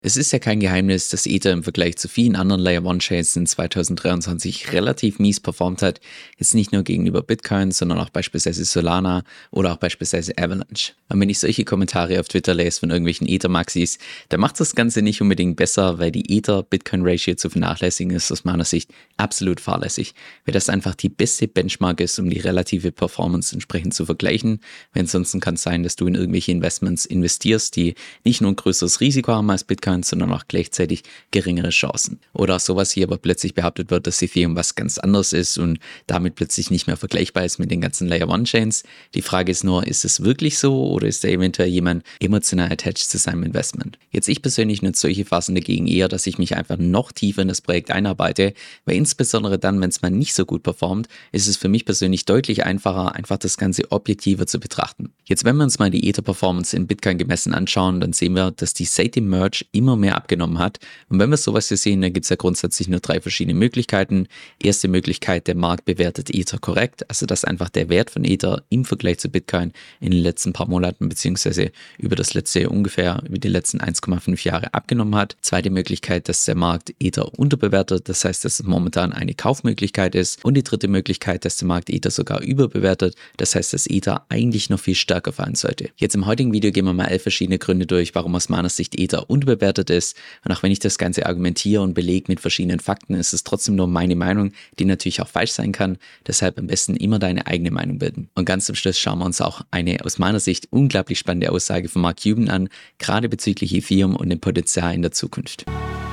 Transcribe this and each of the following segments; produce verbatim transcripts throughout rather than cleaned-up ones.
Es ist ja kein Geheimnis, dass Ether im Vergleich zu vielen anderen Layer eins Chains in zwanzig dreiundzwanzig relativ mies performt hat. Jetzt nicht nur gegenüber Bitcoin, sondern auch beispielsweise Solana oder auch beispielsweise Avalanche. Und wenn ich solche Kommentare auf Twitter lese von irgendwelchen Ether-Maxis, dann macht das Ganze nicht unbedingt besser, weil die Ether-Bitcoin-Ratio zu vernachlässigen ist aus meiner Sicht absolut fahrlässig. Weil das einfach die beste Benchmark ist, um die relative Performance entsprechend zu vergleichen. Weil ansonsten kann es sein, dass du in irgendwelche Investments investierst, die nicht nur ein größeres Risiko haben als Bitcoin, sondern auch gleichzeitig geringere Chancen. Oder auch sowas hier aber plötzlich behauptet wird, dass Ethereum was ganz anderes ist und damit plötzlich nicht mehr vergleichbar ist mit den ganzen Layer eins Chains. Die Frage ist nur, ist es wirklich so oder ist da eventuell jemand emotional attached zu seinem Investment? Jetzt ich persönlich nutze solche Phasen dagegen eher, dass ich mich einfach noch tiefer in das Projekt einarbeite, weil insbesondere dann, wenn es mal nicht so gut performt, ist es für mich persönlich deutlich einfacher, einfach das Ganze objektiver zu betrachten. Jetzt, wenn wir uns mal die Ether-Performance in Bitcoin gemessen anschauen, dann sehen wir, dass die seit dem Merge immer mehr abgenommen hat. Und wenn wir sowas hier sehen, dann gibt es ja grundsätzlich nur drei verschiedene Möglichkeiten. Erste Möglichkeit, der Markt bewertet Ether korrekt, also dass einfach der Wert von Ether im Vergleich zu Bitcoin in den letzten paar Monaten beziehungsweise über das letzte ungefähr, über die letzten eins Komma fünf Jahre abgenommen hat. Zweite Möglichkeit, dass der Markt Ether unterbewertet, das heißt, dass es momentan eine Kaufmöglichkeit ist. Und die dritte Möglichkeit, dass der Markt Ether sogar überbewertet, das heißt, dass Ether eigentlich noch viel stärker fallen sollte. Jetzt im heutigen Video gehen wir mal elf verschiedene Gründe durch, warum aus meiner Sicht Ether unterbewertet ist. Und auch wenn ich das Ganze argumentiere und belege mit verschiedenen Fakten, ist es trotzdem nur meine Meinung, die natürlich auch falsch sein kann. Deshalb am besten immer deine eigene Meinung bilden. Und ganz zum Schluss schauen wir uns auch eine aus meiner Sicht unglaublich spannende Aussage von Mark Cuban an, gerade bezüglich Ethereum und dem Potenzial in der Zukunft.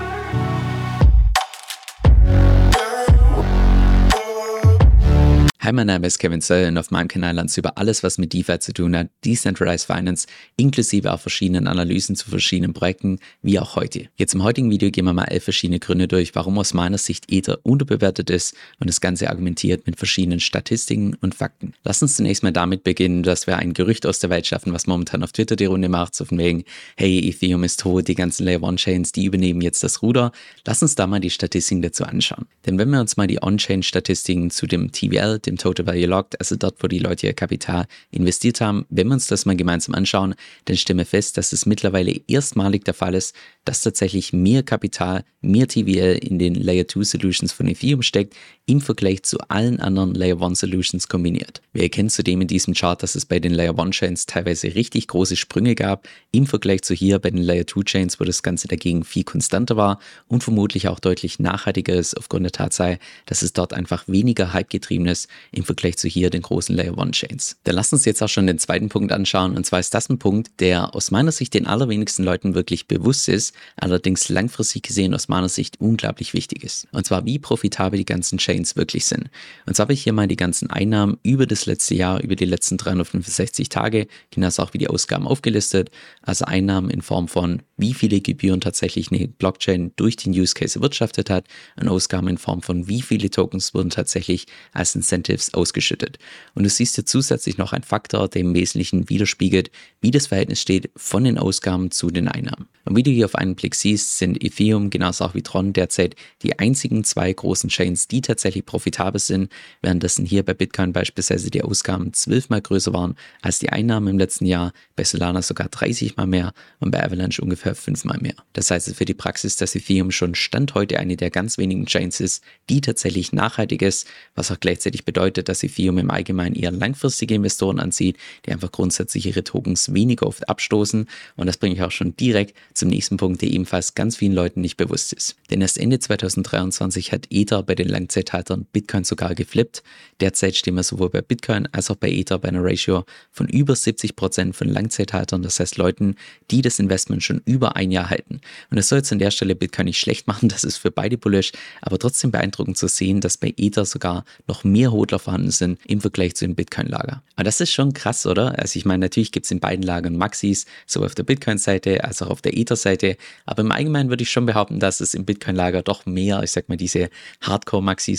Hi, mein Name ist Kevin Zöll und auf meinem Kanal lernst du über alles, was mit DeFi zu tun hat, Decentralized Finance, inklusive auch verschiedenen Analysen zu verschiedenen Projekten, wie auch heute. Jetzt im heutigen Video gehen wir mal elf verschiedene Gründe durch, warum aus meiner Sicht Ether unterbewertet ist und das Ganze argumentiert mit verschiedenen Statistiken und Fakten. Lass uns zunächst mal damit beginnen, dass wir ein Gerücht aus der Welt schaffen, was momentan auf Twitter die Runde macht, so von wegen, hey, Ethereum ist tot, die ganzen Layer eins Chains, die übernehmen jetzt das Ruder. Lass uns da mal die Statistiken dazu anschauen. Denn wenn wir uns mal die On-Chain-Statistiken zu dem T V L, dem Total Value Locked, also dort, wo die Leute ihr Kapital investiert haben, wenn wir uns das mal gemeinsam anschauen, dann stellen wir fest, dass es mittlerweile erstmalig der Fall ist, dass tatsächlich mehr Kapital, mehr T V L in den Layer zwei Solutions von Ethereum steckt, im Vergleich zu allen anderen Layer eins Solutions kombiniert. Wir erkennen zudem in diesem Chart, dass es bei den Layer eins Chains teilweise richtig große Sprünge gab, im Vergleich zu hier bei den Layer zwei Chains, wo das Ganze dagegen viel konstanter war und vermutlich auch deutlich nachhaltiger ist aufgrund der Tatsache, dass es dort einfach weniger Hype getrieben ist im Vergleich zu hier den großen Layer eins Chains. Dann lass uns jetzt auch schon den zweiten Punkt anschauen, und zwar ist das ein Punkt, der aus meiner Sicht den allerwenigsten Leuten wirklich bewusst ist, allerdings langfristig gesehen aus meiner Sicht unglaublich wichtig ist. Und zwar, wie profitabel die ganzen Chains wirklich sind. Und zwar habe ich hier mal die ganzen Einnahmen über das letzte Jahr, über die letzten dreihundertfünfundsechzig Tage, genauso auch wie die Ausgaben aufgelistet. Also Einnahmen in Form von, wie viele Gebühren tatsächlich eine Blockchain durch den Use Case erwirtschaftet hat, und Ausgaben in Form von, wie viele Tokens wurden tatsächlich als Incentives ausgeschüttet. Und du siehst hier zusätzlich noch einen Faktor, der im Wesentlichen widerspiegelt, wie das Verhältnis steht von den Ausgaben zu den Einnahmen. Und wie du hier auf einen Blick siehst, sind Ethereum genauso auch wie Tron derzeit die einzigen zwei großen Chains, die tatsächlich profitabel sind, währenddessen hier bei Bitcoin beispielsweise die Ausgaben zwölfmal größer waren als die Einnahmen im letzten Jahr, bei Solana sogar dreißig mal mehr und bei Avalanche ungefähr fünfmal mehr. Das heißt für die Praxis, dass Ethereum schon Stand heute eine der ganz wenigen Chains ist, die tatsächlich nachhaltig ist, was auch gleichzeitig bedeutet, dass Ethereum im Allgemeinen eher langfristige Investoren anzieht, die einfach grundsätzlich ihre Tokens weniger oft abstoßen, und das bringe ich auch schon direkt zum nächsten Punkt, der ebenfalls ganz vielen Leuten nicht bewusst ist. Denn erst Ende zwanzig dreiundzwanzig hat Ether bei den Langzeithaltern Bitcoin sogar geflippt. Derzeit stehen wir sowohl bei Bitcoin als auch bei Ether bei einer Ratio von über siebzig Prozent von Langzeithaltern, das heißt Leuten, die das Investment schon über ein Jahr halten. Und das soll jetzt an der Stelle Bitcoin nicht schlecht machen, das ist für beide bullish, aber trotzdem beeindruckend zu sehen, dass bei Ether sogar noch mehr Hodler vorhanden sind im Vergleich zu dem Bitcoin-Lager. Aber das ist schon krass, oder? Also ich meine, natürlich gibt es in beiden Lagern Maxis, sowohl auf der Bitcoin-Seite als auch auf der Ether-Seite, aber im Allgemeinen würde ich schon behaupten, dass es im Bitcoin-Lager doch mehr, ich sag mal, diese Hardcore-Maxis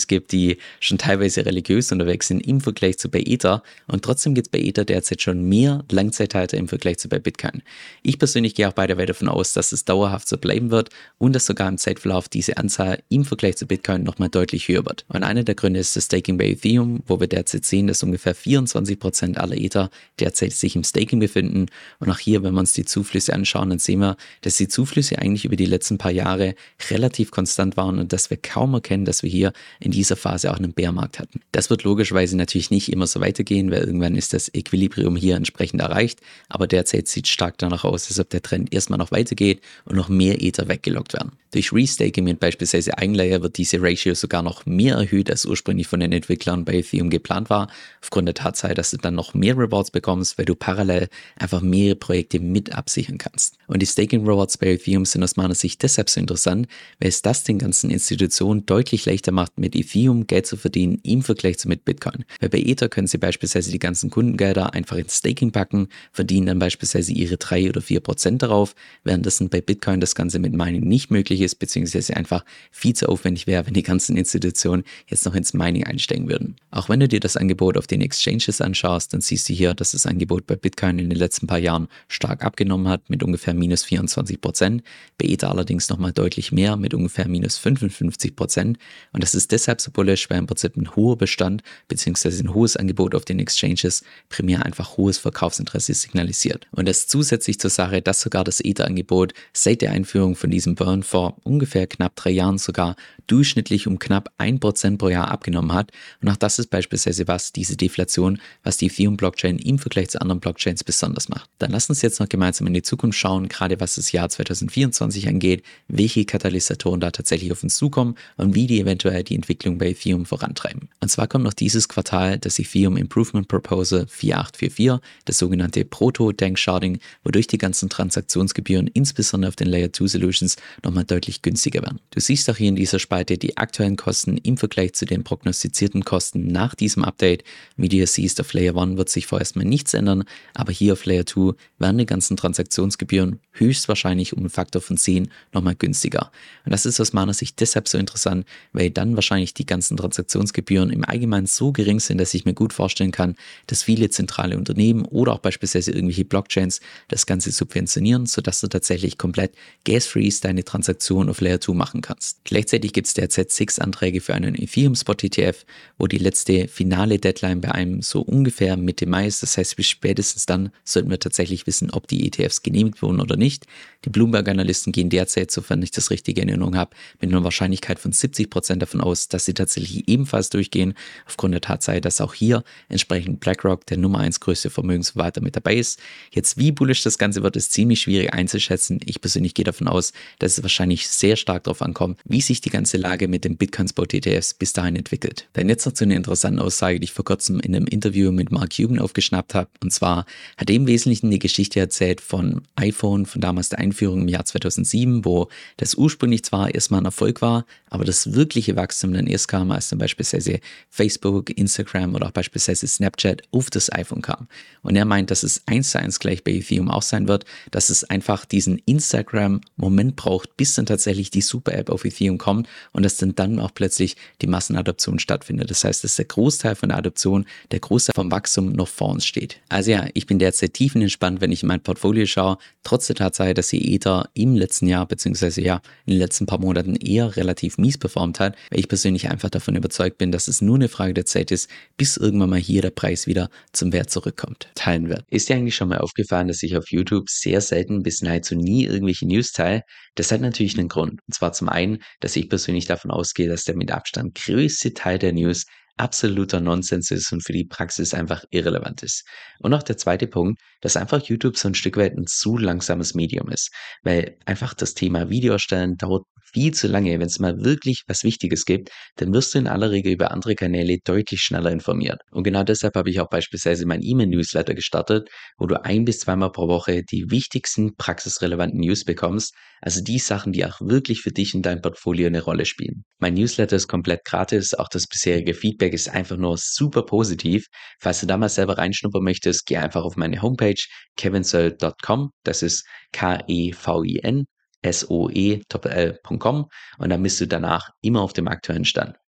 gibt, die schon teilweise religiös unterwegs sind im Vergleich zu bei Ether. Und trotzdem gibt es bei Ether derzeit schon mehr Langzeithalter im Vergleich zu bei Bitcoin. Ich persönlich gehe auch beide Weise davon aus, dass es dauerhaft so bleiben wird und dass sogar im Zeitverlauf diese Anzahl im Vergleich zu Bitcoin nochmal deutlich höher wird. Und einer der Gründe ist das Staking bei Ethereum, wo wir derzeit sehen, dass ungefähr vierundzwanzig Prozent aller Ether derzeit sich im Staking befinden. Und auch hier, wenn wir uns die Zuflüsse anschauen, dann sehen wir, dass die Zuflüsse eigentlich über die letzten paar Jahre relativ konstant waren und dass wir kaum erkennen, dass wir hier in dieser Phase auch einen Bärmarkt hatten. Das wird logischerweise natürlich nicht immer so weitergehen, weil irgendwann ist das Equilibrium hier entsprechend erreicht, aber derzeit sieht es stark danach aus, als ob der Trend erstmal noch weitergeht und noch mehr Ether weggelockt werden. Durch Restaking mit beispielsweise Eigenlayer wird diese Ratio sogar noch mehr erhöht, als ursprünglich von den Entwicklern bei Ethereum geplant war, aufgrund der Tatsache, dass du dann noch mehr Rewards bekommst, weil du parallel einfach mehrere Projekte mit absichern kannst. Und die Staking Rewards bei Ethereum sind aus meiner Sicht deshalb so interessant, weil es das den ganzen Institutionen deutlich leichter macht, mit Ethereum Geld zu verdienen im Vergleich zu mit Bitcoin. Weil bei Ether können sie beispielsweise die ganzen Kundengelder einfach ins Staking packen, verdienen dann beispielsweise ihre drei oder vier Prozent darauf, währenddessen bei Bitcoin das Ganze mit Mining nicht möglich ist, beziehungsweise einfach viel zu aufwendig wäre, wenn die ganzen Institutionen jetzt noch ins Mining einsteigen würden. Auch wenn du dir das Angebot auf den Exchanges anschaust, dann siehst du hier, dass das Angebot bei Bitcoin in den letzten paar Jahren stark abgenommen hat, mit ungefähr minus vierundzwanzig Prozent, bei Ether allerdings nochmal deutlich mehr, mit ungefähr minus fünfundfünfzig Prozent. Und das ist deshalb so bullish, weil im Prinzip ein hoher Bestand, beziehungsweise ein hohes Angebot auf den Exchanges primär einfach hohes Verkaufsinteresse signalisiert. Und das zusätzlich zur Sache, dass sogar das Ether-Angebot seit der Einführung von diesem Burn vor ungefähr knapp drei Jahren sogar durchschnittlich um knapp ein Prozent pro Jahr abgenommen hat. Und auch das ist beispielsweise was, diese Deflation, was die Ethereum-Blockchain im Vergleich zu anderen Blockchains besonders macht. Dann lass uns jetzt noch gemeinsam in die Zukunft schauen, gerade was das Jahr zwanzig vierundzwanzig angeht, welche Katalysatoren da tatsächlich auf uns zukommen und wie die eventuell die Entwicklung bei Ethereum vorantreiben. Und zwar kommt noch dieses Quartal das Ethereum Improvement Proposal vier acht vier vier, das sogenannte Proto-Dank-Sharding, wodurch die ganzen Transaktionsgebühren insbesondere auf den Layer zwei Solutions nochmal deutlich günstiger werden. Du siehst auch hier in dieser Spalte die aktuellen Kosten im Vergleich zu den prognostizierten Kosten nach diesem Update. Wie du hier siehst, auf Layer eins wird sich vorerst mal nichts ändern, aber hier auf Layer zwei werden die ganzen Transaktionsgebühren höchstwahrscheinlich um einen Faktor von zehn nochmal günstiger. Und das ist aus meiner Sicht deshalb so interessant, weil dann wahrscheinlich die ganzen Transaktionsgebühren im Allgemeinen so gering sind, dass ich mir gut vorstellen kann, dass viele zentrale Unternehmen oder auch beispielsweise irgendwelche Blockchains das Ganze subventionieren, sodass du tatsächlich komplett gas-free deine Transaktion auf Layer zwei machen kannst. Gleichzeitig gibt es derzeit sechs Anträge für einen Ethereum Spot E T F, wo die letzte finale Deadline bei einem so ungefähr Mitte Mai ist. Das heißt, bis spätestens dann sollten wir tatsächlich wissen, ob die E T Fs genehmigt wurden oder nicht. Die Bloomberg-Analysten gehen derzeit, sofern ich das richtige in Erinnerung habe, mit einer Wahrscheinlichkeit von siebzig Prozent davon aus, dass sie tatsächlich ebenfalls durchgehen, aufgrund der Tatsache, dass auch hier entsprechend BlackRock, der Nummer eins größte Vermögensverwalter, mit dabei ist. Jetzt, wie bullish das Ganze wird, ist ziemlich schwierig einzuschätzen. Ich persönlich gehe davon aus, dass es wahrscheinlich sehr stark darauf ankommt, wie sich die ganze Lage mit dem Bitcoin-Spot-E T Fs bis dahin entwickelt. Dann jetzt noch zu einer interessanten Aussage, die ich vor kurzem in einem Interview mit Mark Cuban aufgeschnappt habe. Und zwar hat er im Wesentlichen die Geschichte erzählt von iPhone, von damals der Einführung im Jahr zweitausendsieben, wo das ursprünglich zwar erstmal ein Erfolg war, aber das wirkliche Wachstum dann erst kam, als dann beispielsweise Facebook, Instagram oder auch beispielsweise Snapchat auf das iPhone kam. Und er meint, dass es eins zu eins gleich bei Ethereum auch sein wird, dass es einfach diesen Instagram-Moment braucht, bis dann tatsächlich die Super-App auf Ethereum kommt und dass dann dann auch plötzlich die Massenadoption stattfindet. Das heißt, dass der Großteil von der Adoption, der Großteil vom Wachstum noch vor uns steht. Also ja, ich bin derzeit tiefenentspannt, wenn ich in mein Portfolio schaue, trotz der Tatsache, dass die Ether im letzten Jahr, beziehungsweise ja, in den letzten paar Monaten eher relativ mies performt hat, weil ich persönlich einfach davon überzeugt bin, dass es nur eine Frage der Zeit ist, bis irgendwann mal hier der Preis wieder zum Wert zurückkommt. Teilen wird. Ist dir eigentlich schon mal aufgefallen, dass ich auf YouTube sehr selten bis nahezu nie irgendwelche News teile? Das hat natürlich einen Grund. Und zwar zum einen, dass ich persönlich davon ausgehe, dass der mit Abstand größte Teil der News absoluter Nonsens ist und für die Praxis einfach irrelevant ist. Und auch der zweite Punkt, dass einfach YouTube so ein Stück weit ein zu langsames Medium ist, weil einfach das Thema Video erstellen dauert viel zu lange. Wenn es mal wirklich was Wichtiges gibt, dann wirst du in aller Regel über andere Kanäle deutlich schneller informiert. Und genau deshalb habe ich auch beispielsweise mein E-Mail-Newsletter gestartet, wo du ein bis zweimal pro Woche die wichtigsten praxisrelevanten News bekommst, also die Sachen, die auch wirklich für dich in deinem Portfolio eine Rolle spielen. Mein Newsletter ist komplett gratis, auch das bisherige Feedback ist einfach nur super positiv. Falls du da mal selber reinschnuppern möchtest, geh einfach auf meine Homepage kevinsoe Punkt com, das ist K E V I N S O E L L Punkt com und dann bist du danach immer auf dem aktuellen Stand.